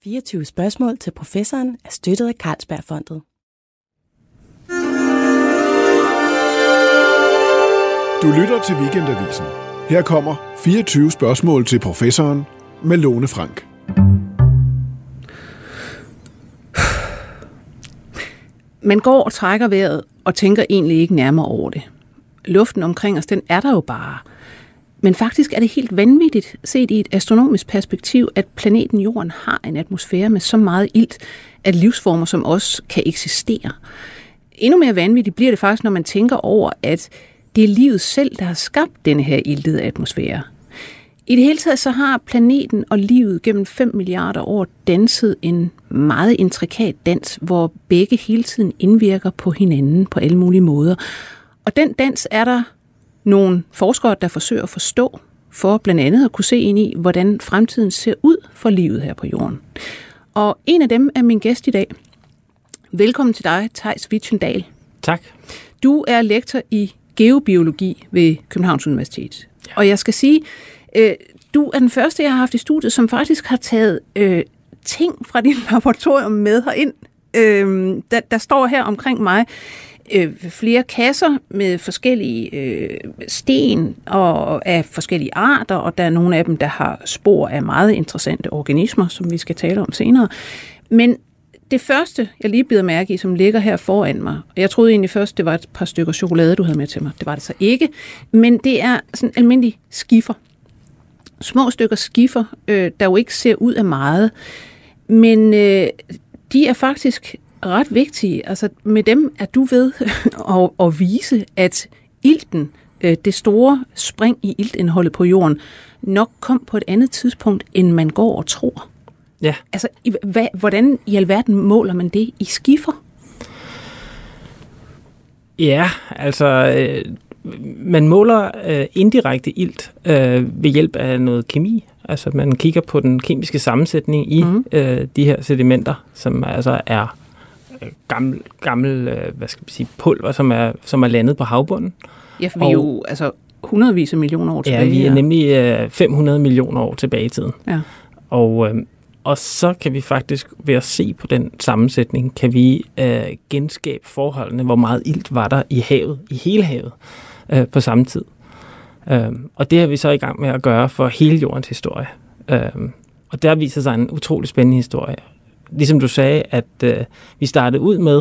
24 spørgsmål til professoren er støttet af Carlsbergfondet. Du lytter til Weekendavisen. Her kommer 24 spørgsmål til professoren med Lone Frank. Man går og trækker vejret og tænker egentlig ikke nærmere over det. Luften omkring os, den er der jo bare. Men faktisk er det helt vanvittigt, set i et astronomisk perspektiv, at planeten Jorden har en atmosfære med så meget ilt, at livsformer som os kan eksistere. Endnu mere vanvittigt bliver det faktisk, når man tænker over, at det er livet selv, der har skabt denne her iltede atmosfære. I det hele taget så har planeten og livet gennem 5 milliarder år danset en meget intrikat dans, hvor begge hele tiden indvirker på hinanden på alle mulige måder. Og den dans er der nogle forskere, der forsøger at forstå, for blandt andet at kunne se ind i, hvordan fremtiden ser ud for livet her på jorden. Og en af dem er min gæst i dag. Velkommen til dig, Theis Wittchen-Dahl. Tak. Du er lektor i geobiologi ved Københavns Universitet. Ja. Og jeg skal sige, du er den første, jeg har haft i studiet, som faktisk har taget ting fra dit laboratorium med herind. Der står her omkring mig flere kasser med forskellige sten og af forskellige arter, og der er nogle af dem, der har spor af meget interessante organismer, som vi skal tale om senere. Men det første, jeg lige bider mærke i, som ligger her foran mig, og jeg troede egentlig først, det var et par stykker chokolade, du havde med til mig. Det var det så ikke, men det er sådan almindelig skifer. Små stykker skifer, der jo ikke ser ud af meget, men de er faktisk ret vigtige. Altså med dem er du ved at vise, at ilten, det store spring i iltindholdet på jorden, nok kom på et andet tidspunkt, end man går og tror. Ja. Altså, hvordan i alverden måler man det i skifer? Ja, altså man måler indirekte ilt ved hjælp af noget kemi. Altså man kigger på den kemiske sammensætning i de her sedimenter, som altså er gammel hvad skal man sige, pulver, som er landet på havbunden. Ja, for vi er jo altså hundredvis af millioner år tilbage. Ja, vi er nemlig 500 millioner år tilbage i tiden. Ja. Og så kan vi faktisk ved at se på den sammensætning, kan vi genskabe forholdene, hvor meget ilt var der i havet, i hele havet, på samme tid. Og det er vi så i gang med at gøre for hele jordens historie. Og der viser sig en utrolig spændende historie. Ligesom du sagde, at vi startede ud med,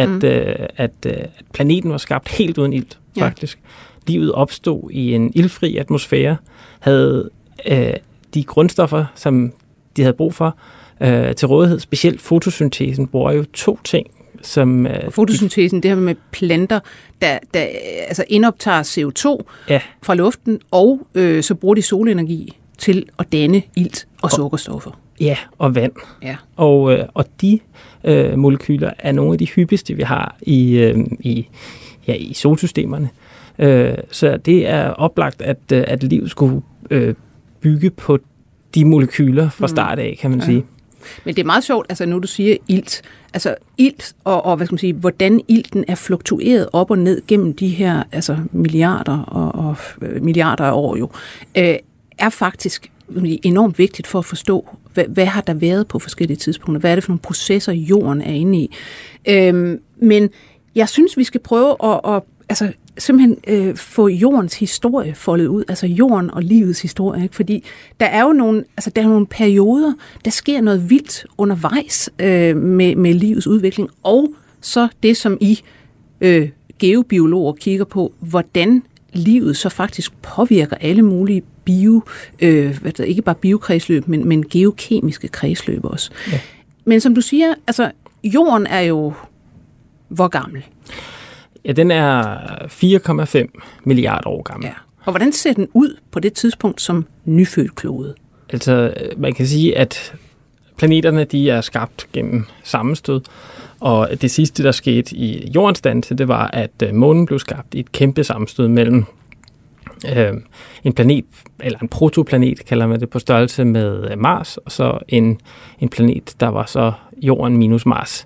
at planeten var skabt helt uden ilt, faktisk. Ja. Livet opstod i en iltfri atmosfære, havde de grundstoffer, som de havde brug for, til rådighed. Specielt fotosyntesen bruger jo 2 ting. Som, fotosyntesen, det her med planter, der altså indoptager CO2 fra luften, og så bruger de solenergi til at danne ilt og sukkerstoffer. Ja, og vand. Ja. Og de molekyler er nogle af de hyppigste, vi har i solsystemerne. Så det er oplagt, at livet skulle bygge på de molekyler fra start af, kan man sige. Men det er meget sjovt, altså nu du siger ilt. Altså ilt og hvad skal man sige, hvordan ilten er fluktueret op og ned gennem de her altså milliarder og milliarder af år jo, er faktisk enormt vigtigt for at forstå, hvad har der været på forskellige tidspunkter, hvad er det for nogle processer, jorden er inde i. Men jeg synes, vi skal prøve at altså simpelthen få jordens historie foldet ud, altså jorden og livets historie, ikke? Fordi der er jo nogle perioder, der sker noget vildt undervejs med livets udvikling, og så det, som I geobiologer kigger på, hvordan livet så faktisk påvirker alle mulige ikke bare biokredsløb, men geokemiske kredsløb også. Ja. Men som du siger, altså jorden er jo hvor gammel? Ja, den er 4,5 milliarder år gammel. Ja. Og hvordan ser den ud på det tidspunkt som nyfødt klode? Altså, man kan sige, at planeterne, de er skabt gennem sammenstød, og det sidste, der skete i jordens dannelse, det var, at månen blev skabt i et kæmpe sammenstød mellem en planet, eller en protoplanet, kalder man det, på størrelse med Mars, og så en planet, der var så jorden minus Mars.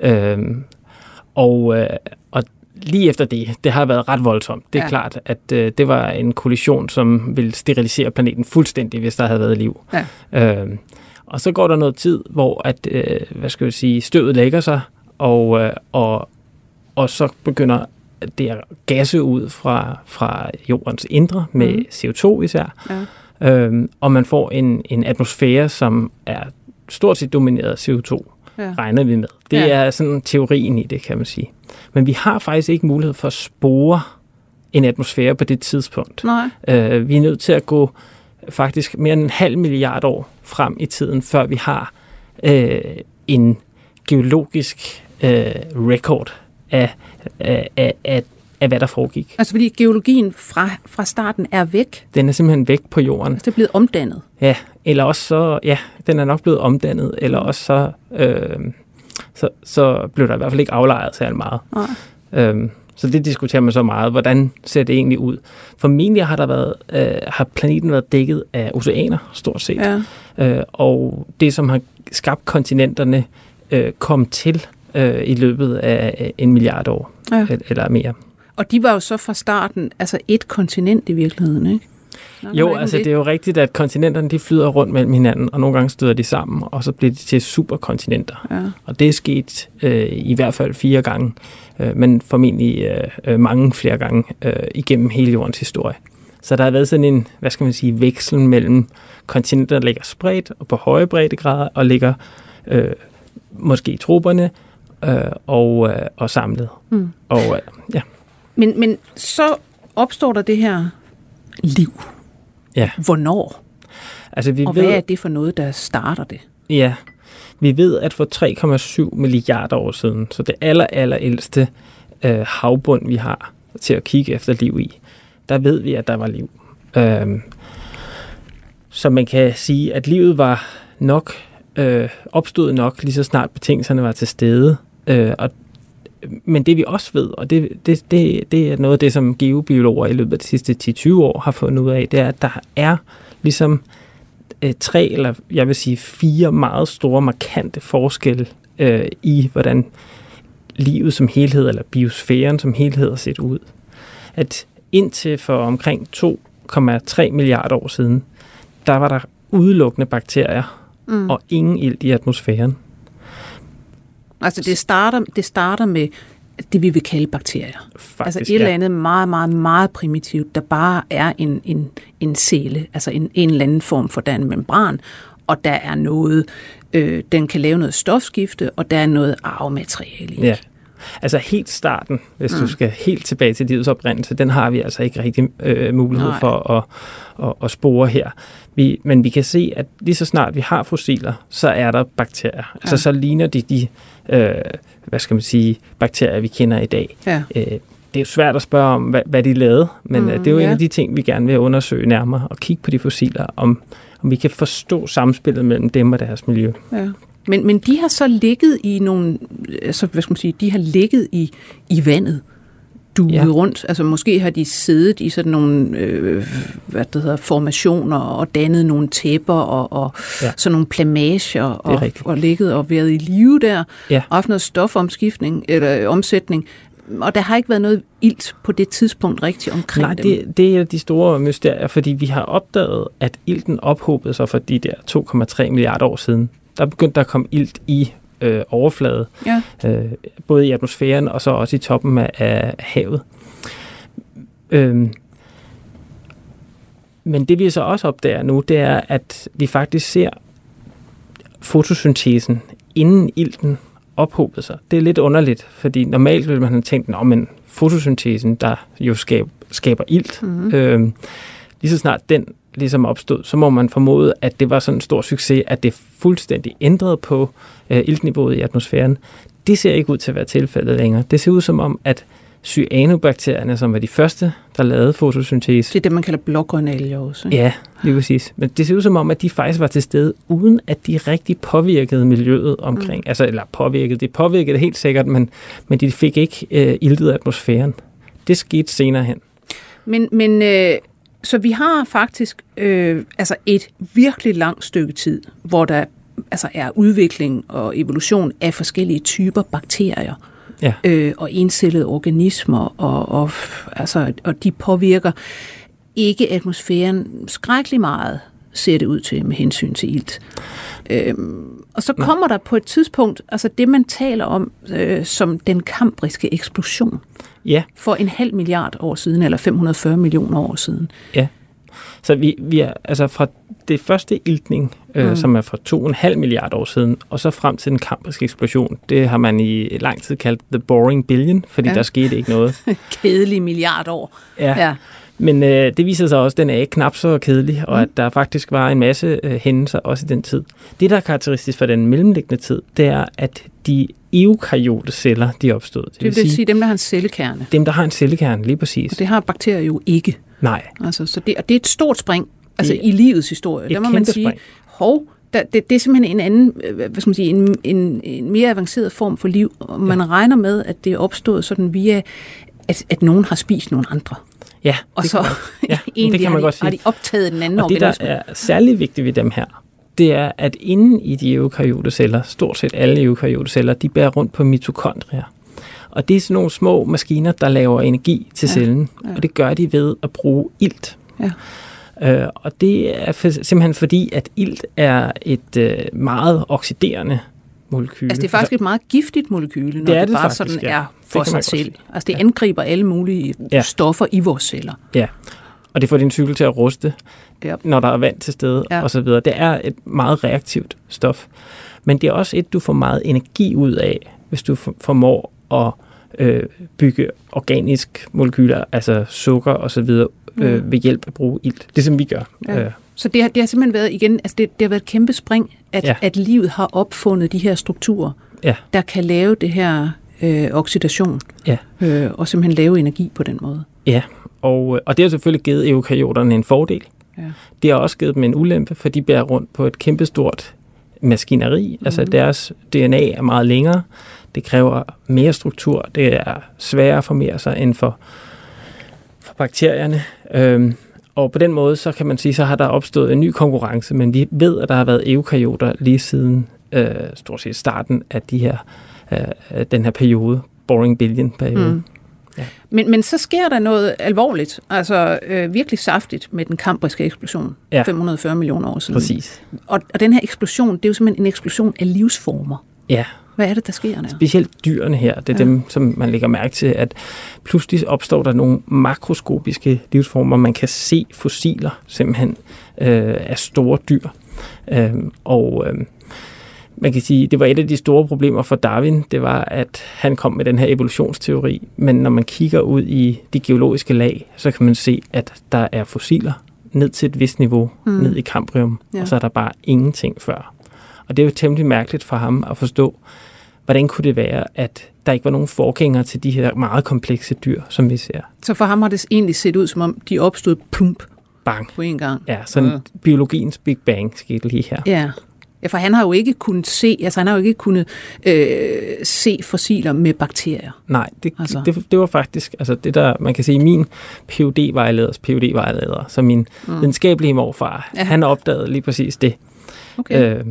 Og lige efter det har været ret voldsomt. Det er klart, at det var en kollision, som ville sterilisere planeten fuldstændig, hvis der havde været liv. Ja. Og så går der noget tid, hvor at, støvet lægger sig, og så begynder det at gasse ud fra jordens indre med CO2 især. Ja. Og man får en atmosfære, som er stort set domineret af CO2, regner vi med. Det er sådan teorien i det, kan man sige. Men vi har faktisk ikke mulighed for at spore en atmosfære på det tidspunkt. Nej. Vi er nødt til at gå faktisk mere end 500 milliarder år frem i tiden, før vi har en geologisk record af hvad der foregik. Altså fordi geologien fra starten er væk? Den er simpelthen væk på jorden. Altså det er blevet omdannet? Ja, eller også så, den er nok blevet omdannet, eller også så blev der i hvert fald ikke aflejret særlig meget. Så det diskuterer man så meget. Hvordan ser det egentlig ud? Formentlig har planeten været dækket af oceaner, stort set. Ja. Og det, som har skabt kontinenterne, kom til i løbet af 1 milliard år, eller mere. Og de var jo så fra starten, altså et kontinent i virkeligheden, ikke? Jo, altså det er jo rigtigt, at kontinenterne de flyder rundt mellem hinanden, og nogle gange støder de sammen, og så bliver de til superkontinenter. Ja. Og det er sket i hvert fald 4 gange, men formentlig mange flere gange igennem hele jordens historie. Så der har været sådan en, veksel mellem kontinenter, der ligger spredt og på høje breddegrader, og ligger måske i troperne og samlet. Men så opstår der det her liv. Ja. Hvornår? Altså, hvad er det for noget, der starter det? Ja, vi ved, at for 3,7 milliarder år siden, så det allerældste havbund, vi har til at kigge efter liv i, der ved vi, at der var liv. Så man kan sige, at livet var nok opstod nok lige så snart betingelserne var til stede. Men det vi også ved, og det er noget af det, som geobiologer i løbet af de sidste 10-20 år har fundet ud af, det er, at der er ligesom 3 eller jeg vil sige 4 meget store, markante forskelle i, hvordan livet som helhed, eller biosfæren som helhed har set ud. At indtil for omkring 2,3 milliarder år siden, der var der udelukkende bakterier, og ingen ilt i atmosfæren. Altså det starter med det, vi vil kalde bakterier. Faktisk, altså et eller andet meget, meget, meget primitivt, der bare er en celle, altså en eller anden form for der er en membran, og der er noget, den kan lave noget stofskifte, og der er noget arvemateriale i. Ja. Altså helt starten, hvis du skal helt tilbage til livets oprindelse, den har vi altså ikke rigtig mulighed for at spore her. Men vi kan se, at lige så snart vi har fossiler, så er der bakterier. Ja. Altså så ligner de bakterier, vi kender i dag. Ja. Det er jo svært at spørge om, hvad de lavede, men det er jo en af de ting, vi gerne vil undersøge nærmere, og kigge på de fossiler, om vi kan forstå samspillet mellem dem og deres miljø. Ja. Men de har så ligget i nogle, altså de har ligget i vandet, duet rundt. Altså måske har de siddet i sådan nogle formationer og dannet nogle tæpper og sådan nogle plamager og ligget og været i live der og haft noget stofomskiftning eller omsætning. Og der har ikke været noget ilt på det tidspunkt rigtigt omkring dem. Nej, det er de store mysterier, fordi vi har opdaget, at ilten ophobede sig for de der 2,3 milliarder år siden. Der begyndte der at komme ilt i overflade, både i atmosfæren og så også i toppen af havet. Men det vi så også opdager nu, det er, at vi faktisk ser fotosyntesen inden ilten ophobede sig. Det er lidt underligt, fordi normalt ville man have tænkt, men fotosyntesen, der jo skaber ilt, lige så snart den ligesom opstod, så må man formode, at det var sådan en stor succes, at det fuldstændig ændrede på iltniveauet i atmosfæren. Det ser ikke ud til at være tilfældet længere. Det ser ud som om, at cyanobakterierne, som var de første, der lavede fotosyntese. Det er det, man kalder blågrønalger også. Ikke? Ja, lige præcis. Men det ser ud som om, at de faktisk var til stede, uden at de rigtig påvirkede miljøet omkring. Altså, eller påvirkede. Det påvirkede det helt sikkert, men de fik ikke iltet atmosfæren. Det skete senere hen. Men så vi har faktisk et virkelig langt stykke tid, hvor der er udvikling og evolution af forskellige typer bakterier og encellede organismer, og de påvirker ikke atmosfæren skrækkelig meget. ser det ud til med hensyn til ilt. Og så kommer der på et tidspunkt, altså det man taler om som den kambriske eksplosion. Ja. For 500 milliard år siden, eller 540 millioner år siden. Ja. Så vi er altså fra det første iltning, som er fra 2,5 milliarder år siden, og så frem til den kambriske eksplosion. Det har man i lang tid kaldt the boring billion, fordi der skete ikke noget. Kedelig milliard år. Ja. Men det viser sig også, at den er ikke knap så kedelig, og at der faktisk var en masse hændelser også i den tid. Det, der er karakteristisk for den mellemliggende tid, det er, at de eukaryote celler, de opstod. Det vil sige dem, der har en cellekerne. Dem, der har en cellekerne, lige præcis. Og det har bakterier jo ikke. Nej. Altså, så det er et stort spring i livets historie. Der må man sige, det er simpelthen en anden, hvad skal man sige, en mere avanceret form for liv. Og man regner med, at det er opstået sådan via, at nogen har spist nogle andre. Ja, og så det kan man godt sige. Har de optaget den anden og organisme. Det, der er særlig vigtigt ved dem her, det er, at inden i de eukaryote celler, stort set alle eukaryote celler, de bærer rundt på mitokondrier. Og det er sådan nogle små maskiner, der laver energi til cellen, og det gør de ved at bruge ilt. Ja. Og det er simpelthen fordi, at ilt er et meget oxiderende molekyle. Altså det er faktisk et meget giftigt molekyle, når det bare faktisk, sådan er for sig selv. Altså det angriber alle mulige stoffer i vores celler. Ja, og det får din cykel til at ruste, når der er vand til stede osv. Det er et meget reaktivt stof. Men det er også et, du får meget energi ud af, hvis du formår at bygge organisk molekyler, altså sukker osv. Ved hjælp af at bruge ilt. Det som vi gør. Ja. Så det har simpelthen været igen, altså det har været et kæmpe spring, at livet har opfundet de her strukturer, der kan lave det her oxidation, og simpelthen lave energi på den måde. Ja, og det har selvfølgelig givet eukaryoterne en fordel. Ja. Det har også givet dem en ulempe, for de bærer rundt på et kæmpestort maskineri. Altså deres DNA er meget længere. Det kræver mere struktur. Det er sværere at formere sig end for bakterierne. Og på den måde, så kan man sige, så har der opstået en ny konkurrence, men vi ved, at der har været eukaryoter lige siden stort set starten af den her periode, boring billion-periode. Ja. Men så sker der noget alvorligt, altså virkelig saftigt med den kambriske eksplosion, 540 millioner år siden. Præcis. Og den her eksplosion, det er jo simpelthen en eksplosion af livsformer. Ja. Hvad er det, der sker der? Specielt dyrene her, det er dem, som man lægger mærke til, at pludselig opstår der nogle makroskopiske livsformer. Man kan se fossiler simpelthen af store dyr. Man kan sige, det var et af de store problemer for Darwin, det var, at han kom med den her evolutionsteori, men når man kigger ud i de geologiske lag, så kan man se, at der er fossiler ned til et vist niveau, ned i Cambrium, og så er der bare ingenting før. Og det er jo temmelig mærkeligt for ham at forstå, hvordan kunne det være, at der ikke var nogen forgængere til de her meget komplekse dyr, som vi ser. Så for ham har det egentlig set ud, som om de opstod plump bang på en gang. Ja, sådan biologiens Big Bang skete lige her. Ja, for han har jo ikke kunnet se fossiler med bakterier. Nej, det var faktisk, altså det der, man kan sige, min PhD-vejleder, så min videnskabelige morfar, han opdagede lige præcis det. Okay.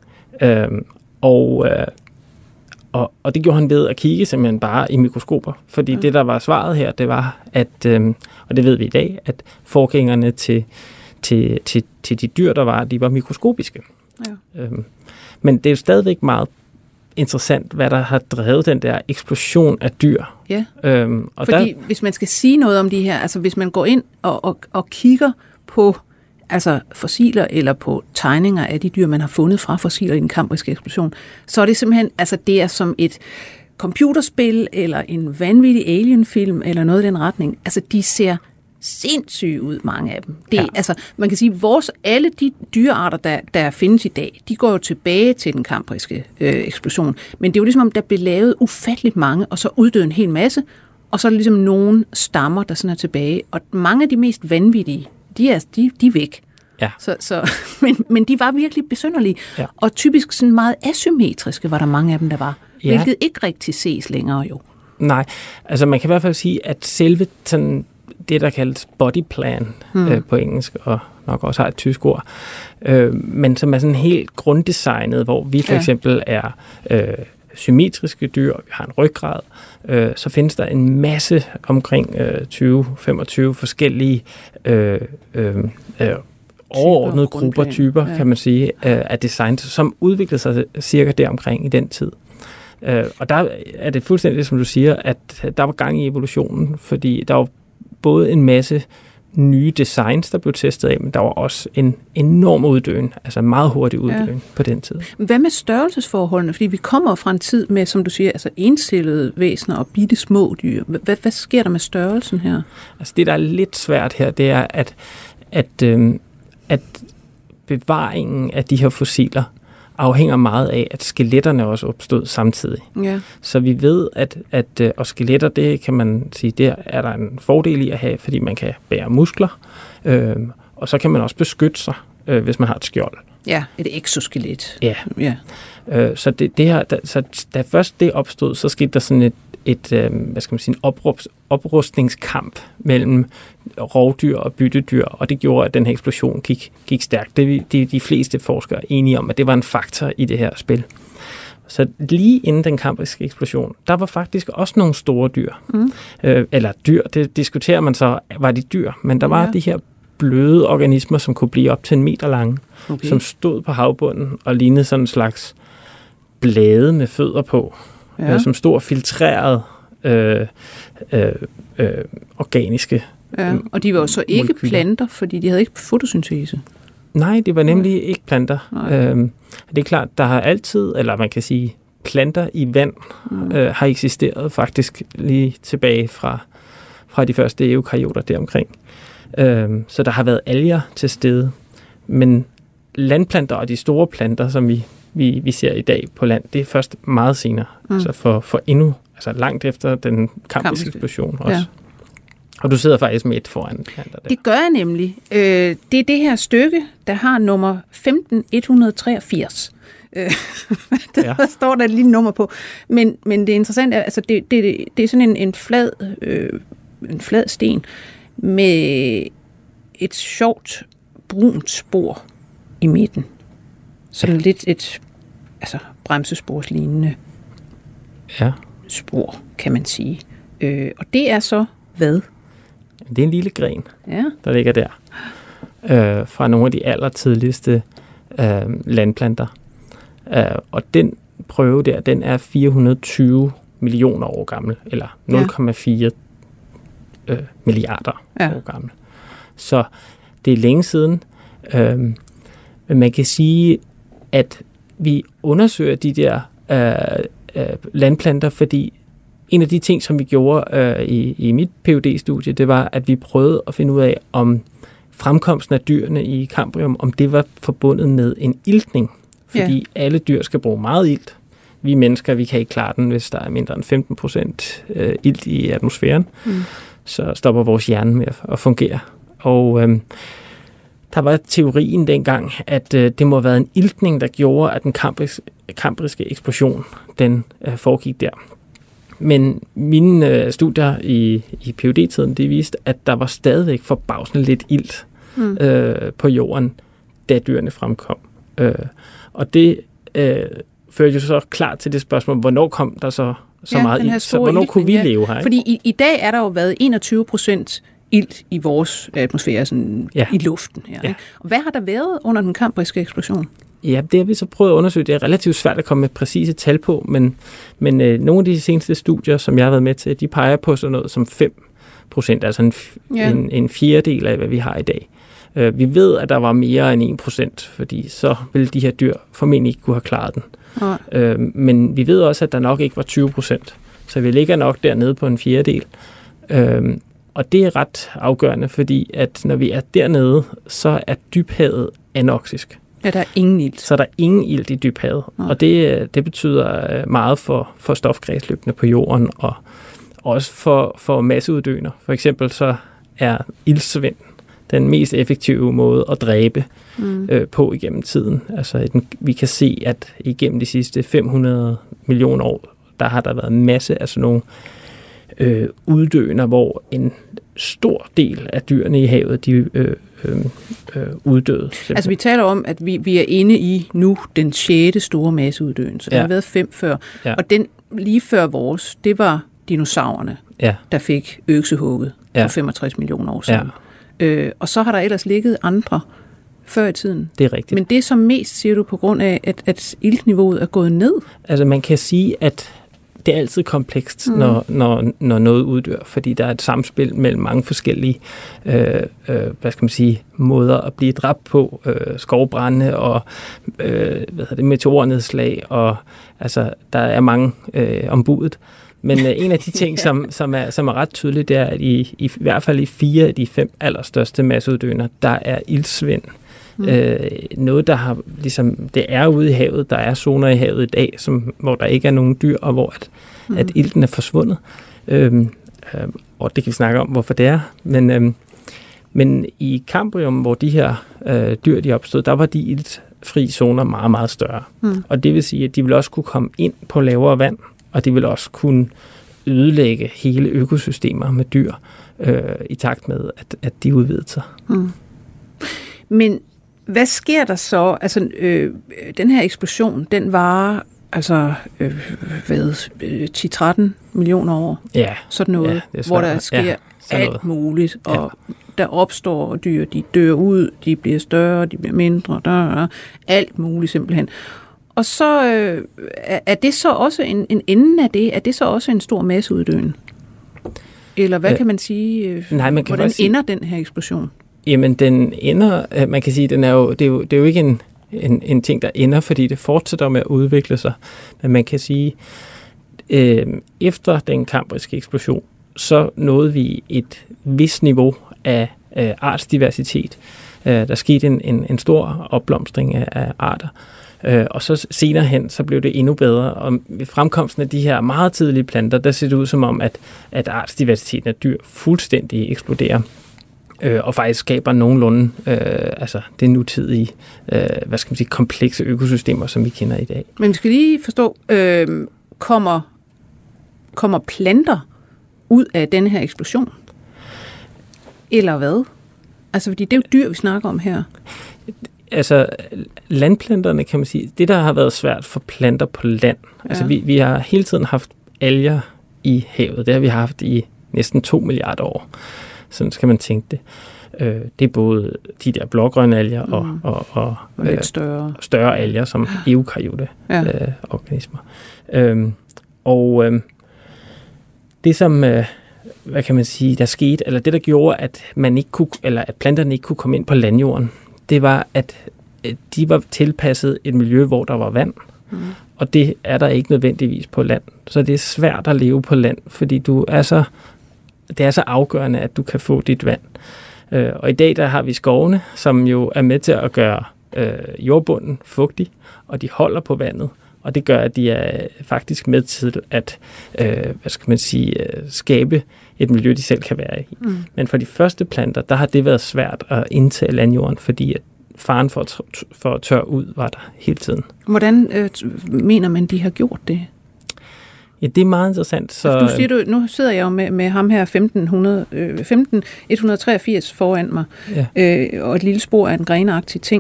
Og det gjorde han ved at kigge simpelthen bare i mikroskoper, fordi det, der var svaret her, det var, at, og det ved vi i dag, at forgængerne til de dyr, der var, de var mikroskopiske. Ja. Men det er jo stadigvæk meget interessant, hvad der har drevet den der eksplosion af dyr. Ja, fordi hvis man skal sige noget om de her, altså hvis man går ind og kigger på altså fossiler eller på tegninger af de dyr, man har fundet fra fossiler i den kambriske eksplosion, så er det simpelthen, altså det er som et computerspil eller en vanvittig alienfilm eller noget i den retning. Altså de ser sindssyge ud, mange af dem. Altså, man kan sige, alle de dyrearter, der findes i dag, de går jo tilbage til den kambriske eksplosion. Men det er jo ligesom, om der blev lavet ufatteligt mange, og så uddøde en hel masse, og så er der ligesom nogle stammer, der sådan er tilbage. Og mange af de mest vanvittige, de er væk. Ja. Men de var virkelig besynderlige. Ja. Og typisk sådan meget asymmetriske var der mange af dem, der var. Ja. Hvilket ikke rigtig ses længere jo. Nej, altså man kan i hvert fald sige, at selve sådan det, der kaldes body plan på engelsk, og nok også har et tysk ord, men som er sådan helt grunddesignet, hvor vi for eksempel er symmetriske dyr, vi har en ryggrad, så findes der en masse omkring 20-25 forskellige overordnede grupper, kan man sige, af design, som udviklede sig cirka deromkring i den tid. Og der er det fuldstændig, som du siger, at der var gang i evolutionen, fordi der var både en masse nye designs, der blev testet af, men der var også en enorm uddøen, altså en meget hurtig uddøen på den tid. Hvad med størrelsesforholdene? Fordi vi kommer fra en tid med, som du siger, altså encellede væsener og bitte små dyr. Hvad sker der med størrelsen her? Altså det, der er lidt svært her, det er, at bevaringen af de her fossiler afhænger meget af, at skeletterne også opstod samtidig. Ja. Så vi ved, at skeletter, det kan man sige, der er der en fordel i at have, fordi man kan bære muskler, og så kan man også beskytte sig, hvis man har et skjold. Ja, et exoskelet. Ja. Så da først det opstod, så skete der sådan hvad skal man sige, en oprustningskamp mellem rovdyr og byttedyr, og det gjorde, at den her eksplosion gik stærkt. Det er de fleste forskere enige om, at det var en faktor i det her spil. Så lige inden den kambriske eksplosion, der var faktisk også nogle store dyr. Eller dyr, det diskuterer man så, var de dyr, men der var de her bløde organismer, som kunne blive op til 1 meter lange, som stod på havbunden og lignede sådan en slags blade med fødder på. Som stor filtreret organiske og de var jo så ikke molekyler. Planter, fordi de havde ikke fotosyntese. Nej, det var nemlig ikke planter. Det er klart, der har altid, eller man kan sige, planter i vand har eksisteret faktisk lige tilbage fra de første eukaryoter deromkring. Så der har været alger til stede, men landplanter og de store planter, som vi ser i dag på land, det er først meget senere. Altså for endnu, altså langt efter den kambriske eksplosion også. Ja. Og du sidder faktisk med et foran planter der. Det gør jeg nemlig. Det er det her stykke, der har nummer 15183. Der står der et lille nummer på. Men det interessante er, altså det er sådan en flad sten med et sjovt brunt spor i midten. Sådan lidt et bremsesporslignende spor, kan man sige. Og det er så hvad? Det er en lille gren, der ligger der. Fra nogle af de allertidligste landplanter. Og den prøve der, den er 420 millioner år gammel, eller 0,4 milliarder år gammel. Så det er længe siden. Men man kan sige, at vi undersøger de der landplanter, fordi en af de ting, som vi gjorde i mit PhD-studie, det var, at vi prøvede at finde ud af, om fremkomsten af dyrene i Kambrium, om det var forbundet med en iltning. Fordi alle dyr skal bruge meget ilt. Vi mennesker, vi kan ikke klare den, hvis der er mindre end 15% ilt i atmosfæren. Så stopper vores hjerne med at fungere. Og der var teorien dengang, at det må have været en iltning, der gjorde, at den kambriske eksplosion, den foregik der. Men mine studier i PhD-tiden, det viste, at der var stadigvæk forbavsende lidt ilt på jorden, da dyrene fremkom. Og det førte jo så klart til det spørgsmål, hvornår kom der så meget ilt? Så hvornår kunne vi leve her? Ikke? Fordi i dag er der jo været 21% ilt i vores atmosfære, sådan i luften. Her, ikke? Og hvad har der været under den kambriske eksplosion? Ja, det har vi så prøvet at undersøge. Det er relativt svært at komme med præcise tal på, men nogle af de seneste studier, som jeg har været med til, de peger på sådan noget som 5%, altså en fjerdedel af, hvad vi har i dag. Vi ved, at der var mere end 1%, fordi så ville de her dyr formentlig ikke kunne have klaret den. Men vi ved også, at der nok ikke var 20%, så vi ligger nok dernede på en fjerdedel. Og det er ret afgørende, fordi at når vi er dernede, så er dybhavet anoxisk. Ja, der er ingen ilt. Så der er ingen ilt i dybhavet. Og det betyder meget for stofkredsløbene på jorden, og også for masseuddøender. For eksempel så er iltsvind den mest effektive måde at dræbe på igennem tiden. Altså vi kan se, at igennem de sidste 500 millioner år, der har der været en masse af sådan nogle uddøender, hvor en stor del af dyrene i havet, de uddøde. Simpelthen. Altså vi taler om, at vi er inde i nu den 6. store masseuddøen, så der har været 5 før. Ja. Og den lige før vores, det var dinosaurerne, der fik øksehugget for 65 millioner år siden. Og så har der ellers ligget andre før i tiden. Det er rigtigt. Men det er som mest, siger du, på grund af, at iltniveauet er gået ned? Altså man kan sige, at det er altid komplekst, når noget uddør, fordi der er et samspil mellem mange forskellige måder at blive dræbt på, skovbrænde og meteornedslag, og altså der er mange om budet. Men en af de ting, som er ret tydeligt, det er, at i hvert fald i 4 af de 5 allerstørste masseuddøender, der er iltsvind. Noget, der har ligesom, det er ude i havet, der er zoner i havet i dag, hvor der ikke er nogen dyr, og hvor at ilten er forsvundet. Og det kan vi snakke om, hvorfor det er. Men i Kambrium, hvor de her dyr de opstod, der var de iltfri zoner meget, meget større. Og det vil sige, at de vil også kunne komme ind på lavere vand, og de vil også kunne ødelægge hele økosystemer med dyr i takt med, at de udvider sig. Men hvad sker der så? Altså, den her eksplosion, den varer altså 10-13 millioner år. Ja. Sådan noget, hvor der sker alt muligt, og der opstår dyr, de dør ud, de bliver større, de bliver mindre, alt muligt simpelthen. Og så er det så også en ende af det, er det så også en stor masseuddøen? Eller hvad kan man sige? Nej, man kan hvordan ender den her eksplosion? Jamen, den ender, man kan sige, det er jo ikke en ting, der ender, fordi det fortsætter med at udvikle sig. Men man kan sige, efter den kambriske eksplosion, så nåede vi et vist niveau af artsdiversitet. Der skete en stor opblomstring af arter. Og så senere hen, så blev det endnu bedre. Og ved fremkomsten af de her meget tidlige planter, der ser det ud som om, at artsdiversiteten af dyr fuldstændig eksploderer. Og faktisk skaber nogenlunde det nutidige, komplekse økosystemer, som vi kender i dag. Men vi skal lige forstå, kommer planter ud af denne her eksplosion? Eller hvad? Altså, fordi det er jo dyr, vi snakker om her. Altså, landplanterne, kan man sige, det der har været svært for planter på land. Ja. Altså, vi har hele tiden haft alger i havet. Det har vi haft i næsten 2 milliarder år. Sådan skal man tænke det. Det er både de der blågrønne alger og lidt større alger som eukaryote organismer. Det som hvad kan man sige, der skete, eller det der gjorde, at man ikke kunne, eller at planterne ikke kunne komme ind på landjorden, det var, at de var tilpasset et miljø, hvor der var vand. Og det er der ikke nødvendigvis på land. Så det er svært at leve på land, fordi det er så afgørende, at du kan få dit vand. Og i dag der har vi skovene, som jo er med til at gøre jordbunden fugtig, og de holder på vandet. Og det gør, at de er faktisk med til at skabe et miljø, de selv kan være i. Men for de første planter, der har det været svært at indtage landjorden, fordi at faren for at tørre ud var der hele tiden. Hvordan mener man, de har gjort det? Ja, det er meget interessant. Så nu sidder jeg jo med ham her 15183 foran mig, og et lille spor af en grenagtig ting.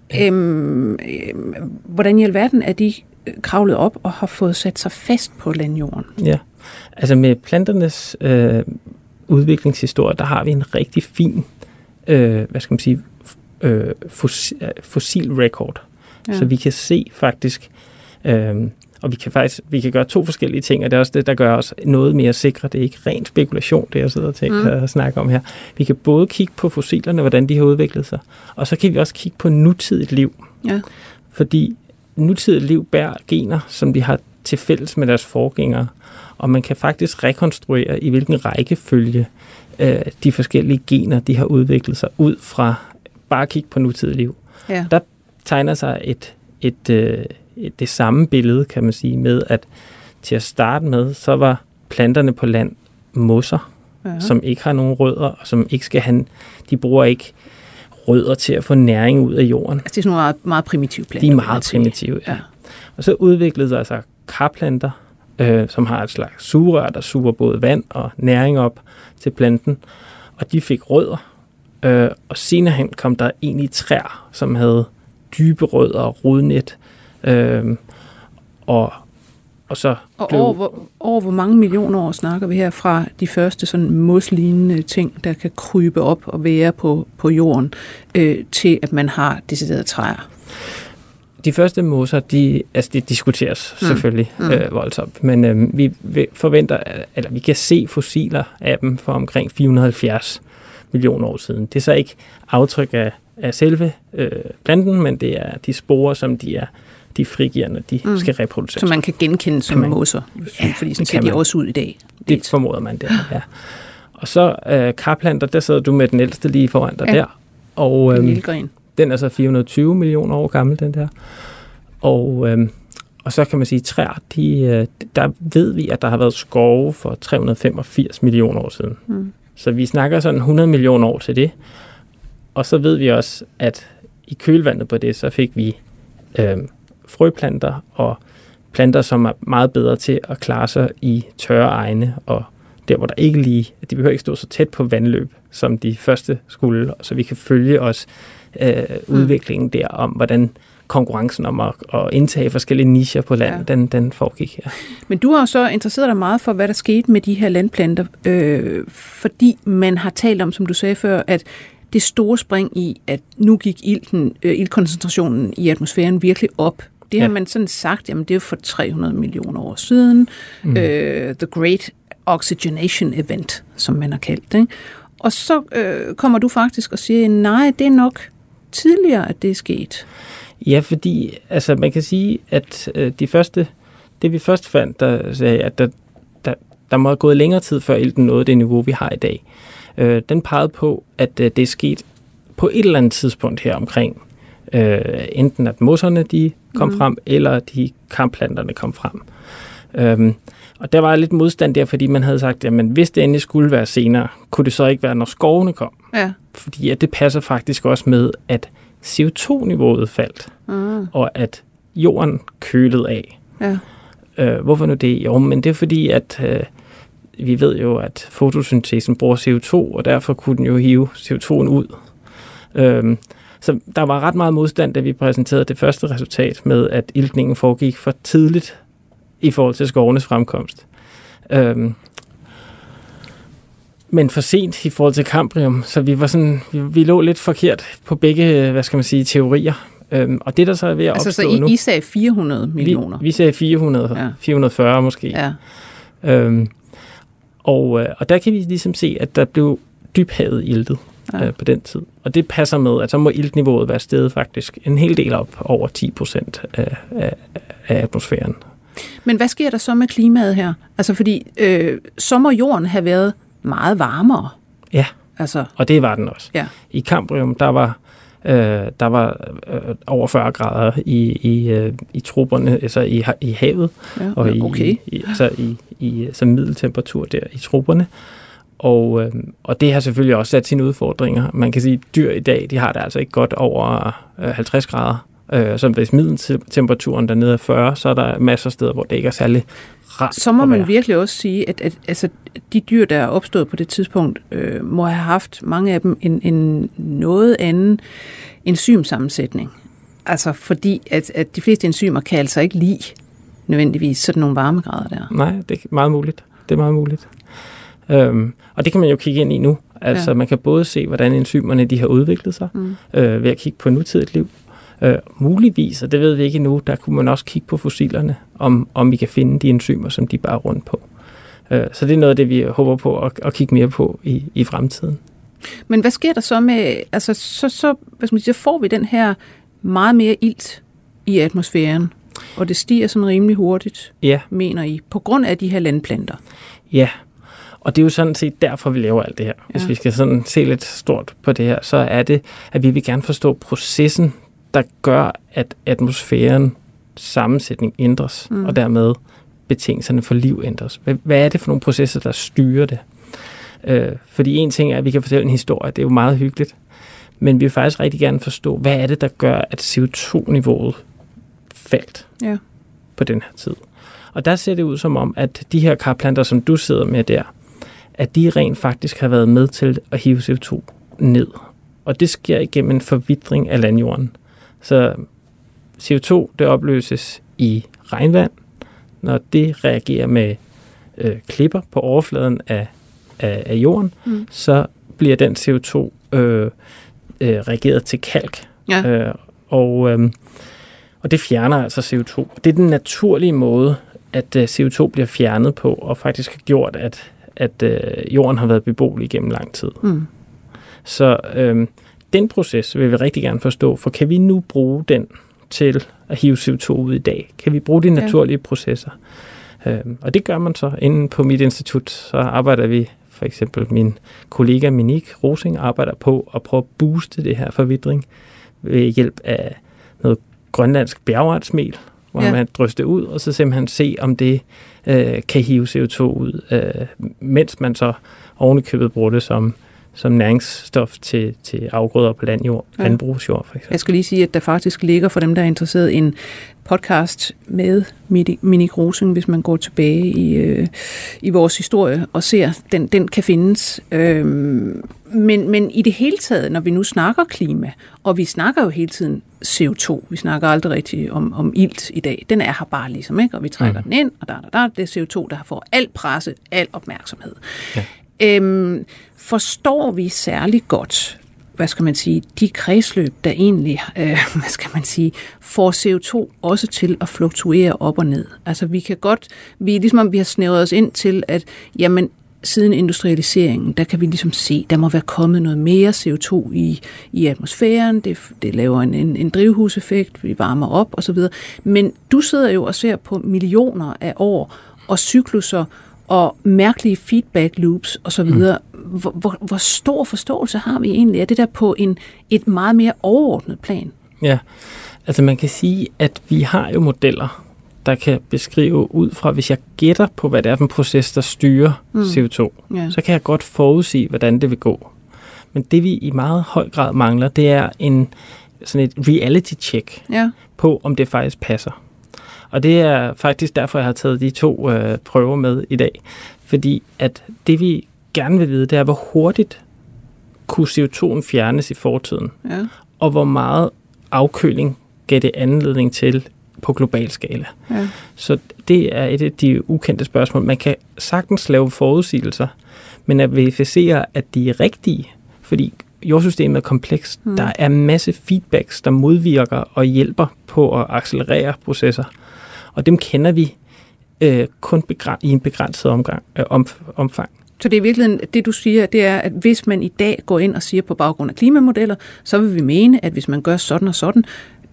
Hvordan i alverden er de kravlet op og har fået sat sig fast på landjorden? Ja, altså med planternes udviklingshistorie, der har vi en rigtig fin, fossil record. Ja. Så vi kan se faktisk, og vi kan gøre 2 forskellige ting, og det er også det, der gør os noget mere sikre. Det er ikke ren spekulation, det jeg sidder og tænker og snakker om her. Vi kan både kigge på fossilerne, hvordan de har udviklet sig, og så kan vi også kigge på nutidigt liv. Ja. Fordi nutidigt liv bærer gener, som de har til fælles med deres forgængere, og man kan faktisk rekonstruere, i hvilken rækkefølge de forskellige gener, de har udviklet sig ud fra bare at kigge på nutidigt liv. Ja. Der tegner sig det samme billede, kan man sige, med at til at starte med, så var planterne på land mosser, som ikke har nogen rødder, og som ikke skal have, de bruger ikke rødder til at få næring ud af jorden. Altså det er sådan nogle meget, meget primitive planter. De er meget primitive, ja. Og så udviklede der sig karplanter, som har et slags sugerør, der suger både vand og næring op til planten, og de fik rødder. Og senere hen kom der egentlig træer, som havde dybe rødder og rodnet, og over hvor mange millioner år snakker vi her fra de første sådan moslignende ting, der kan krybe op og være på jorden, til at man har deciderede træer? De første moser, det diskuteres selvfølgelig voldsomt, men vi forventer, eller vi kan se fossiler af dem for omkring 470 millioner år siden. Det er så ikke aftryk af selve planten, men det er de sporer, som de frigiver, når de skal reproduceres. Så man kan genkende som moser, fordi sådan ser de også ud i dag. Det formoder man der, ja. Og så karplanter, der sidder du med den ældste lige foran dig der. Og en lille gren. Den er så 420 millioner år gammel, den der. Og så kan man sige, træer, der ved vi, at der har været skove for 385 millioner år siden. Så vi snakker sådan 100 millioner år til det. Og så ved vi også, at i kølvandet på det, så fik vi frøplanter og planter, som er meget bedre til at klare sig i tørre egne, og der, hvor der ikke lige, de behøver ikke stå så tæt på vandløb, som de første skulle, så vi kan følge os udviklingen der om, hvordan konkurrencen om at indtage forskellige nicher på land, den foregik her. Men du har jo så interesseret dig meget for, hvad der skete med de her landplanter, fordi man har talt om, som du sagde før, at det store spring i, at nu gik iltkoncentrationen i atmosfæren virkelig op. Det har man sådan sagt, jamen det er jo for 300 millioner år siden. The Great Oxygenation Event, som man har kaldt det. Ikke? Og så kommer du faktisk og siger, nej, det er nok tidligere, at det er sket. Ja, fordi altså, man kan sige, at det vi først fandt, der sagde, at der må have gået længere tid, før ilten nåede det niveau, vi har i dag. Den pegede på, at det er sket på et eller andet tidspunkt her omkring, enten at mosserne de kom frem, eller de karplanterne kom frem. Og der var lidt modstand der, fordi man havde sagt, at hvis det endelig skulle være senere, kunne det så ikke være, når skovene kom. Ja. Fordi at det passer faktisk også med, at CO2-niveauet faldt, og at jorden kølede af. Ja. Hvorfor nu det? Jo, men det er fordi, at vi ved jo, at fotosyntesen bruger CO2, og derfor kunne den jo hive CO2'en ud. Så der var ret meget modstand, da vi præsenterede det første resultat med, at iltningen foregik for tidligt i forhold til skovenes fremkomst. Men for sent i forhold til Cambrium, så vi lå lidt forkert på begge, teorier. Og det der så er ved at opstå nu... Altså, så I sagde 400 millioner? Vi sagde 400, 440 måske. Ja. Og der kan vi ligesom se, at der blev dybhavet iltet på den tid. Og det passer med, at så må iltniveauet være steget faktisk en hel del op, over 10% af atmosfæren. Men hvad sker der så med klimaet her? Altså fordi så må jorden have været meget varmere. Ja, og det var den også. Ja. I Cambrium, der var over 40 grader i troberne, altså i havet, og som middeltemperatur der i troberne. Og det har selvfølgelig også sat sine udfordringer. Man kan sige, at dyr i dag, de har det altså ikke godt over 50 grader. Så hvis middeltemperaturen dernede er 40, så er der masser af steder, hvor det ikke er særlig rart. Så må man virkelig også sige, at altså, de dyr, der er opstået på det tidspunkt, må have haft mange af dem en noget anden enzymsammensætning. Altså fordi, at de fleste enzymer kan altså ikke lide nødvendigvis sådan nogle varmegrader der. Nej, det er meget muligt. Og det kan man jo kigge ind i nu. Altså man kan både se, hvordan enzymerne de har udviklet sig ved at kigge på nutidigt liv. Muligvis, og det ved vi ikke endnu, der kunne man også kigge på fossilerne, om vi kan finde de enzymer, som de bare er rundt på. Så det er noget af det, vi håber på at kigge mere på i fremtiden. Men hvad sker der så med, altså så får vi den her meget mere ilt i atmosfæren, og det stiger sådan rimelig hurtigt, mener I, på grund af de her landplanter? Ja, og det er jo sådan set derfor, vi laver alt det her. Hvis vi skal sådan se lidt stort på det her, så er det, at vi vil gerne forstå processen, der gør, at atmosfærens sammensætning ændres, og dermed betingelserne for liv ændres. Hvad er det for nogle processer, der styrer det? Fordi en ting er, at vi kan fortælle en historie, det er jo meget hyggeligt, men vi vil faktisk rigtig gerne forstå, hvad er det, der gør, at CO2-niveauet faldt på den her tid. Og der ser det ud som om, at de her karplanter, som du sidder med der, at de rent faktisk har været med til at hive CO2 ned. Og det sker igennem en forvitring af landjorden. Så CO2, det opløses i regnvand, når det reagerer med klipper på overfladen af jorden, så bliver den CO2 reageret til kalk. Ja. Og det fjerner altså CO2. Det er den naturlige måde, at CO2 bliver fjernet på, og faktisk har gjort, at jorden har været beboelig gennem lang tid. Så den proces vil vi rigtig gerne forstå, for kan vi nu bruge den til at hive CO2 ud i dag? Kan vi bruge de naturlige processer? Og det gør man så. Inden på mit institut, så arbejder vi, for eksempel min kollega Monique Rosing arbejder på at prøve at booste det her forvitring ved hjælp af noget grønlandsk bjergartsmel, hvor man drøster ud, og så simpelthen se, om det kan hive CO2 ud, mens man så ovenikøbet bruger det som næringsstof til afgrøder på landbrugsjord, for eksempel. Jeg skal lige sige, at der faktisk ligger, for dem, der er interesseret, en podcast med Monique Rosing, hvis man går tilbage i vores historie og ser, den kan findes. Men i det hele taget, når vi nu snakker klima, og vi snakker jo hele tiden CO2, vi snakker aldrig rigtig om ilt i dag, den er her bare ligesom, ikke? Og vi trækker den ind, og det er CO2, der får al presse, al opmærksomhed. Ja. Forstår vi særlig godt, de kredsløb, der egentlig, får CO2 også til at fluktuere op og ned. Altså vi har snævret os ind til, at siden industrialiseringen, der kan vi ligesom se, der må være kommet noget mere CO2 i atmosfæren, det laver en drivhuseffekt, vi varmer op osv. Men du sidder jo og ser på millioner af år og cykluser og mærkelige feedback loops osv. Hvor stor forståelse har vi egentlig af det der på et meget mere overordnet plan? Ja, altså man kan sige, at vi har jo modeller, der kan beskrive ud fra, hvis jeg gætter på, hvad det er for en proces, der styrer CO2, så kan jeg godt forudsige, hvordan det vil gå. Men det vi i meget høj grad mangler, det er sådan et reality check på, om det faktisk passer. Og det er faktisk derfor, jeg har taget de 2 prøver med i dag. Fordi at det vi gerne vil vide, det er, hvor hurtigt kunne CO2'en fjernes i fortiden. Ja. Og hvor meget afkøling gav det anledning til på global skala. Ja. Så det er et af de ukendte spørgsmål. Man kan sagtens lave forudsigelser, men at verificere, at de er rigtige, fordi jordsystemet er komplekst. Der er en masse feedbacks, der modvirker og hjælper på at accelerere processer. Og dem kender vi kun i en begrænset omfang. Så det er virkelig det, du siger, det er, at hvis man i dag går ind og siger på baggrund af klimamodeller, så vil vi mene, at hvis man gør sådan og sådan,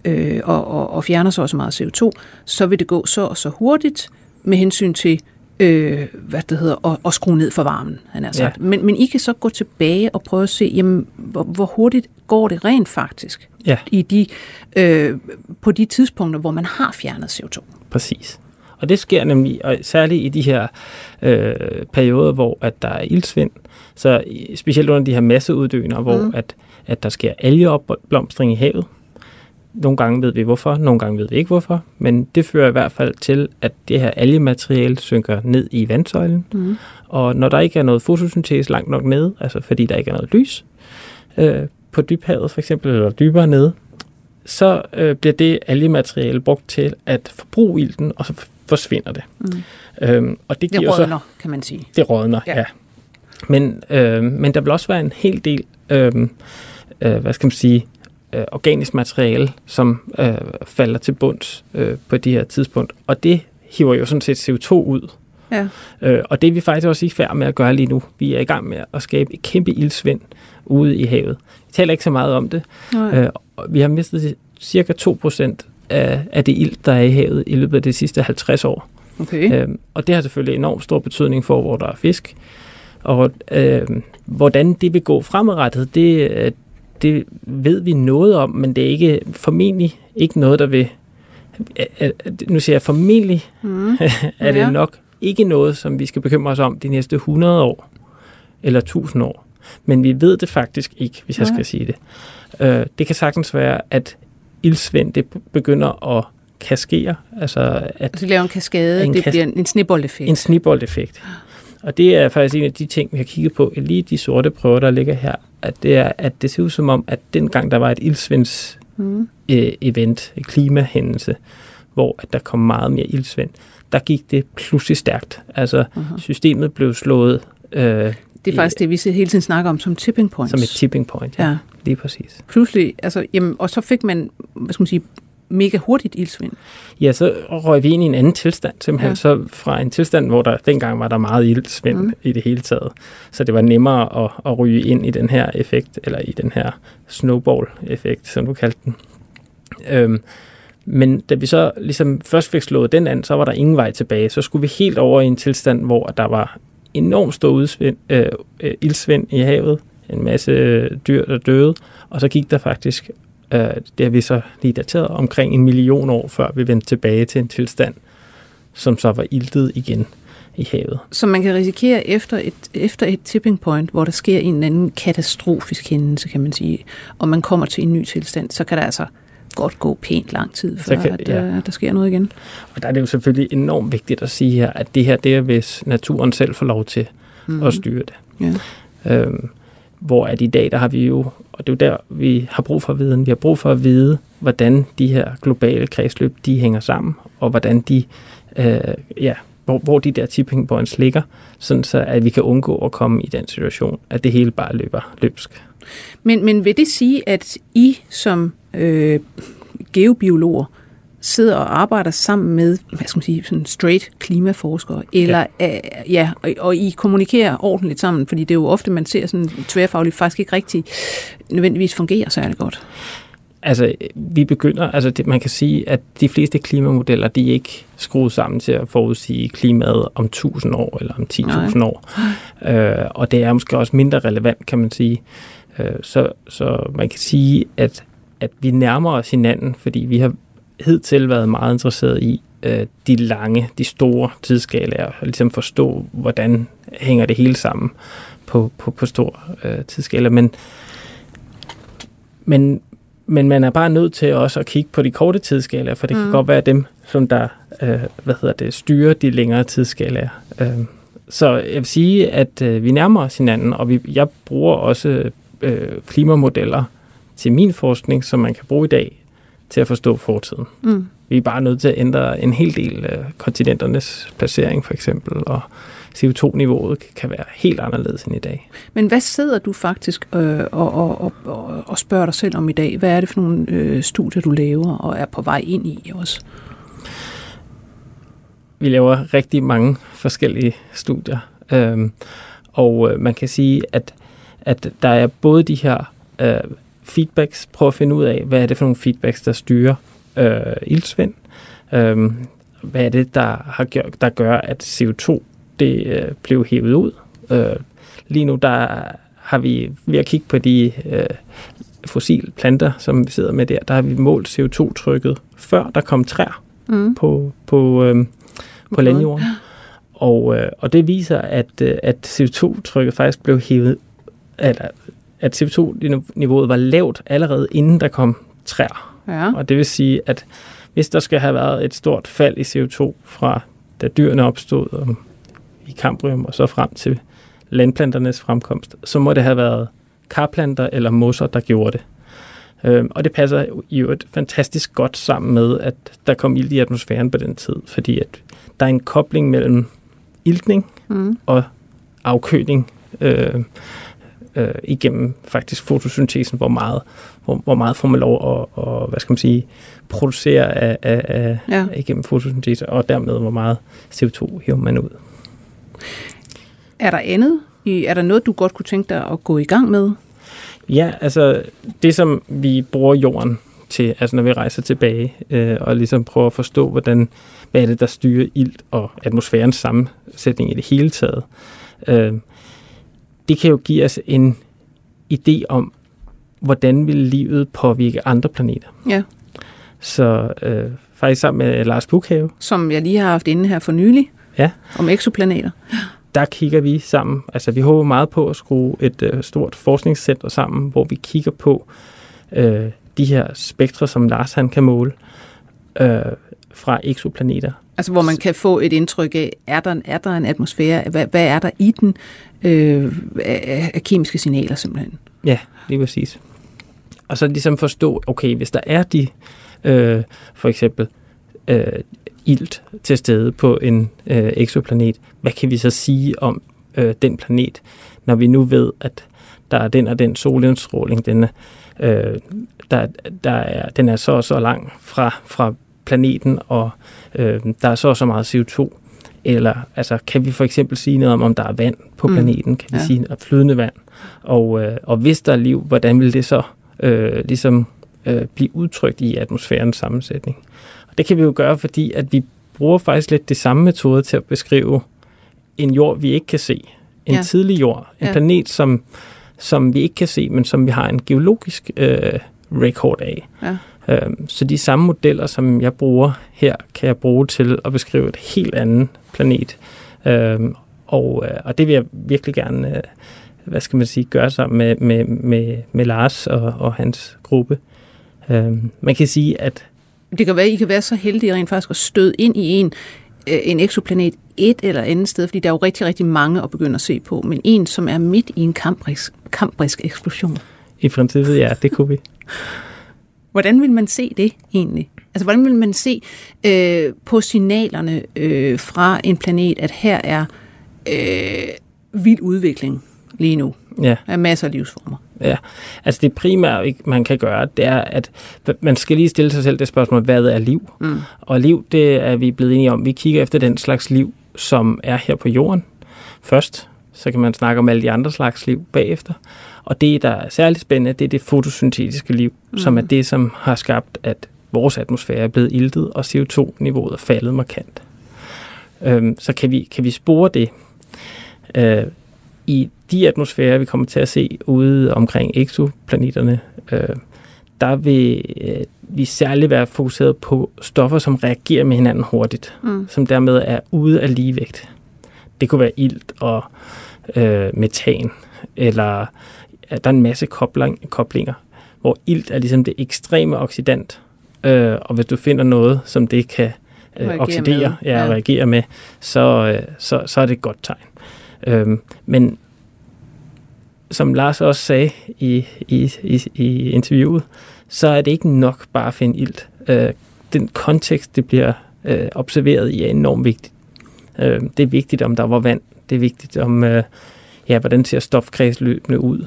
og fjerner så også meget CO2, så vil det gå så og så hurtigt med hensyn til at skrue ned for varmen, han har sagt. Ja. Men I kan så gå tilbage og prøve at se, jamen, hvor hurtigt går det rent faktisk på de tidspunkter, hvor man har fjernet CO2. Præcis. Og det sker nemlig, og særligt i de her perioder, hvor at der er iltsvind, så specielt under de her masseuddøner, hvor at der sker algeopblomstring i havet. Nogle gange ved vi hvorfor, nogle gange ved vi ikke hvorfor, men det fører i hvert fald til, at det her algemateriale synker ned i vandsøjlen. Og når der ikke er noget fotosyntese langt nok nede, altså fordi der ikke er noget lys på dybhavet for eksempel, eller dybere nede, så bliver det algemateriale brugt til at forbruge ilten, og så forsvinder det. Og det giver rådner, kan man sige. Det rådner, ja. Men der vil også være en hel del, organisk materiale, som falder til bunds på de her tidspunkt. Og det hiver jo sådan set CO2 ud. Ja. Og det er vi faktisk også i færd med at gøre lige nu. Vi er i gang med at skabe et kæmpe iltsvind ude i havet. Vi taler ikke så meget om det. Vi har mistet cirka 2% af det ilt, der er i havet i løbet af de sidste 50 år. Okay. Og det har selvfølgelig enormt stor betydning for, hvor der er fisk. Og hvordan det vil gå fremadrettet, det ved vi noget om, men det er ikke formentlig ikke noget, der vil... Nu siger jeg formentlig, er det nok ikke noget, som vi skal bekymre os om de næste 100 år eller 1000 år. Men vi ved det faktisk ikke, hvis jeg skal sige det. Det kan sagtens være, at iltsvind det begynder at kaskere. Altså det laver en kaskade, det bliver en sneboldeffekt. En sneboldeffekt. Og det er faktisk en af de ting, vi har kigget på, lige de sorte prøver, der ligger her, at det er, at det ser ud som om, at dengang der var et iltsvinds event, et klimahændelse, hvor at der kom meget mere iltsvind, der gik det pludselig stærkt. Altså systemet blev slået... det er faktisk det, vi hele tiden snakker om som tipping points. Som et tipping point, ja. Lige præcis. Pludselig, altså, og så fik man, hvad skal man sige, mega hurtigt iltsvind. Ja, så røg vi ind i en anden tilstand, simpelthen. Så fra en tilstand, hvor der dengang var der meget iltsvind i det hele taget. Så det var nemmere at ryge ind i den her effekt, eller i den her snowball-effekt, som du kaldte den. Men da vi så ligesom først fik slået den an, så var der ingen vej tilbage. Så skulle vi helt over i en tilstand, hvor der var enormt stor iltsvind i havet, en masse dyr, der døde, og så gik der faktisk, det har vi så lige dateret, omkring 1 million år, før vi vendte tilbage til en tilstand, som så var iltet igen i havet. Så man kan risikere efter et tipping point, hvor der sker en eller anden katastrofisk hændelse, kan man sige, og man kommer til en ny tilstand, så kan der altså godt gå pænt lang tid, før der sker noget igen. Og der er det jo selvfølgelig enormt vigtigt at sige her, at det her, det er, hvis naturen selv får lov til at styre det. Ja. Hvor at i dag, der har vi jo, og det er jo der, vi har brug for viden. Vi har brug for at vide, hvordan de her globale kredsløb, de hænger sammen, og hvordan de, hvor de der tipping points ligger, sådan så at vi kan undgå at komme i den situation, at det hele bare løber løbsk. Men vil det sige, at I som geobiologer sidder og arbejder sammen med, hvad skal man sige, sådan straight klimaforskere, eller og I kommunikerer ordentligt sammen, fordi det er jo ofte, man ser sådan tværfagligt faktisk ikke rigtig nødvendigvis fungerer særlig godt. Altså, vi begynder, man kan sige, at de fleste klimamodeller, de er ikke skruet sammen til at forudsige klimaet om 1000 år, eller om 10.000 år. Og det er måske også mindre relevant, kan man sige. Så man kan sige, at vi nærmer os hinanden, fordi vi har hidtil været meget interesseret i de store tidsskalaer, og ligesom forstå, hvordan hænger det hele sammen på stor tidsskala. Men man er bare nødt til også at kigge på de korte tidsskalaer, for det kan godt være dem, som der styrer de længere tidsskalaer. Så jeg vil sige, at vi nærmer os hinanden, og jeg bruger også klimamodeller til min forskning, som man kan bruge i dag til at forstå fortiden. Vi er bare nødt til at ændre en hel del kontinenternes placering, for eksempel, og CO2-niveauet kan være helt anderledes end i dag. Men hvad sidder du faktisk og spørger dig selv om i dag? Hvad er det for nogle studier, du laver og er på vej ind i også? Vi laver rigtig mange forskellige studier, og man kan sige, at der er både de her feedbacks, prøv at finde ud af, hvad er det for nogle feedbacks, der styrer iltsvind. Hvad er det, der gør, at CO2 det blev hævet ud. Lige nu der har vi ved at kigge på de fossile planter, som vi sidder med der har vi målt CO2-trykket, før der kom træer på landjorden. Og det viser, at CO2-trykket faktisk blev hævet, eller at CO2-niveauet var lavt allerede inden der kom træer. Ja. Og det vil sige, at hvis der skal have været et stort fald i CO2 fra da dyrene opstod i Cambrium og så frem til landplanternes fremkomst, så må det have været karplanter eller mosser, der gjorde det. Og det passer jo et fantastisk godt sammen med, at der kom ilt i atmosfæren på den tid, fordi at der er en kobling mellem iltning og afkøling igennem faktisk fotosyntesen, hvor meget får man lov at hvad skal man sige, producere af igennem fotosyntese, og dermed hvor meget CO2 hiver man ud. Er der andet? Er der noget, du godt kunne tænke dig at gå i gang med? Ja, altså det, som vi bruger jorden til, altså når vi rejser tilbage og ligesom prøver at forstå, hvad er det, der styrer ilt og atmosfærens sammensætning i det hele taget. Det kan jo give os en idé om, hvordan vil livet påvirke andre planeter. Ja. Så faktisk sammen med Lars Bukhave, som jeg lige har haft inde her for nylig, om eksoplaneter. Der kigger vi sammen, altså vi håber meget på at skrue et stort forskningscenter sammen, hvor vi kigger på de her spektre, som Lars han kan måle fra eksoplaneter. Altså hvor man kan få et indtryk af, er der en atmosfære, hvad er der i den af kemiske signaler simpelthen? Ja, lige præcis. Og så ligesom forstå, okay, hvis der er de for eksempel ilt til stede på en eksoplanet, hvad kan vi så sige om den planet, når vi nu ved, at der er den og den solindstråling, den er så og så lang fra planeten, og der er så og så meget CO2. Eller altså, kan vi for eksempel sige noget om der er vand på planeten? Kan vi sige flydende vand? Og hvis der er liv, hvordan vil det så blive udtrykt i atmosfærens sammensætning? Og det kan vi jo gøre, fordi at vi bruger faktisk lidt det samme metode til at beskrive en jord, vi ikke kan se. En tidlig jord. En planet, som vi ikke kan se, men som vi har en geologisk record af. Ja. Så de samme modeller, som jeg bruger her, kan jeg bruge til at beskrive et helt andet planet. Og det vil jeg virkelig gerne, gøre sammen med Lars og hans gruppe. Man kan sige, at det kan være, at I kan være så heldige rent faktisk at støde ind i en eksoplanet et eller andet sted, fordi der er jo rigtig, rigtig mange at begynde at se på, men en, som er midt i en kambrisk eksplosion. I princippet, ja, det kunne vi. Hvordan vil man se det egentlig? Altså, hvordan vil man se på signalerne fra en planet, at her er vild udvikling lige nu? Ja. Der er masser af livsformer. Ja, altså det primære, man kan gøre, det er, at man skal lige stille sig selv det spørgsmål, hvad er liv? Og liv, det er vi blevet enige om. Vi kigger efter den slags liv, som er her på jorden først. Så kan man snakke om alle de andre slags liv bagefter. Og det, der er særligt spændende, det er det fotosyntetiske liv, som er det, som har skabt, at vores atmosfære er blevet iltet, og CO2-niveauet er faldet markant. Så kan vi spore det i de atmosfærer, vi kommer til at se ude omkring exoplaneterne. Der vil vi særligt være fokuseret på stoffer, som reagerer med hinanden hurtigt, som dermed er ude af ligevægt. Det kunne være ilt og metan, eller der er en masse koblinger, hvor ilt er ligesom det ekstreme oxidant, og hvis du finder noget, som det kan oxidere og reagere med, så er det et godt tegn. Men som Lars også sagde i interviewet, så er det ikke nok bare at finde ilt. Den kontekst, det bliver observeret i, er enormt vigtigt. Det er vigtigt, om der var vand. Det er vigtigt, om hvordan ser stofkredsløbene ud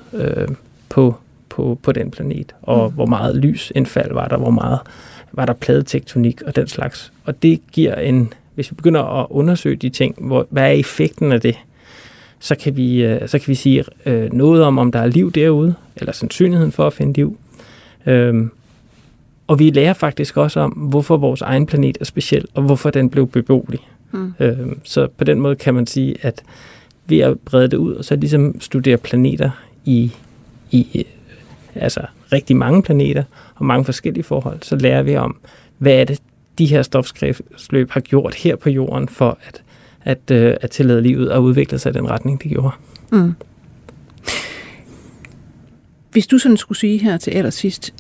på den planet, og hvor meget lysindfald var der, hvor meget var der pladetektonik og den slags. Og det giver hvis vi begynder at undersøge de ting, hvad er effekten af det, så kan vi sige noget om der er liv derude, eller sandsynligheden for at finde liv. Og vi lærer faktisk også om, hvorfor vores egen planet er speciel, og hvorfor den blev beboelig. Så på den måde kan man sige, at ved at brede det ud, og så ligesom studere planeter i altså rigtig mange planeter, og mange forskellige forhold, så lærer vi om, hvad er det, de her stofkredsløb har gjort her på jorden, for at tillade livet at udvikle sig i den retning, det gjorde. Hvis du sådan skulle sige her til allersidst,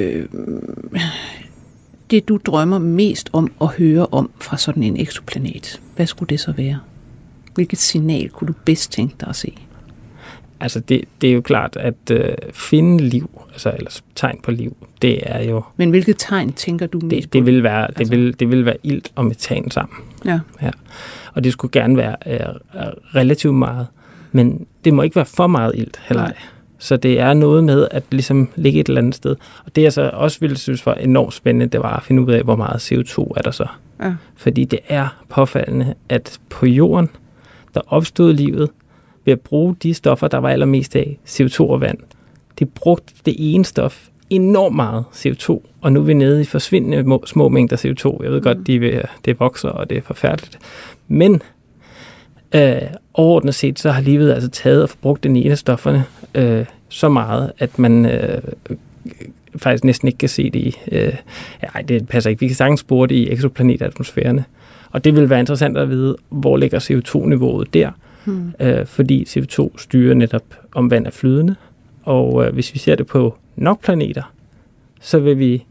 det du drømmer mest om at høre om fra sådan en eksoplanet, hvad skulle det så være? Hvilket signal kunne du bedst tænke dig at se? Altså det er jo klart, at finde liv, eller tegn på liv, det er jo... Men hvilket tegn tænker du mest på? Det vil være ilt og metan sammen. Ja. Og det skulle gerne være relativt meget, men det må ikke være for meget ilt heller. Nej. Så det er noget med at ligesom ligge et eller andet sted. Og det jeg så også ville synes var enormt spændende, det var at finde ud af, hvor meget CO2 er der så. Ja. Fordi det er påfaldende, at på jorden, der opstod livet ved at bruge de stoffer, der var allermest af, CO2 og vand. De brugte det ene stof enormt meget CO2, og nu er vi nede i forsvindende små mængder CO2. Jeg ved godt, det vokser, og det er forfærdeligt. Men overordnet set, så har livet altså taget og forbrugt den ene af stofferne så meget, at man faktisk næsten ikke kan se det i... det passer ikke. Vi kan sagtens spore det i eksoplanetatmosfærerne. Og det vil være interessant at vide, hvor ligger CO2-niveauet der. Fordi CO2 styrer netop, om vand er flydende. Og hvis vi ser det på nok planeter, så vil vi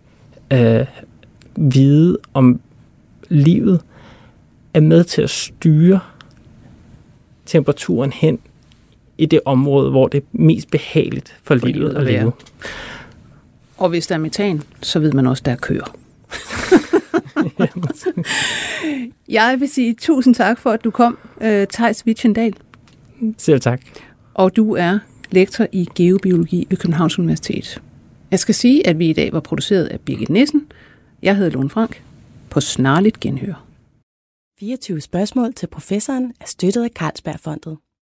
vide, om livet er med til at styre temperaturen hen i det område, hvor det er mest behageligt for livet at leve. Og hvis der er metan, så ved man også, der er køer. Jeg vil sige tusind tak for, at du kom, Theis Wittjendahl. Selv tak. Og du er lektor i geobiologi ved Københavns Universitet. Jeg skal sige, at vi i dag var produceret af Birgit Nissen. Jeg hedder Lone Frank. På snarligt genhør. 24 spørgsmål til professoren er støttet af Carlsbergfondet.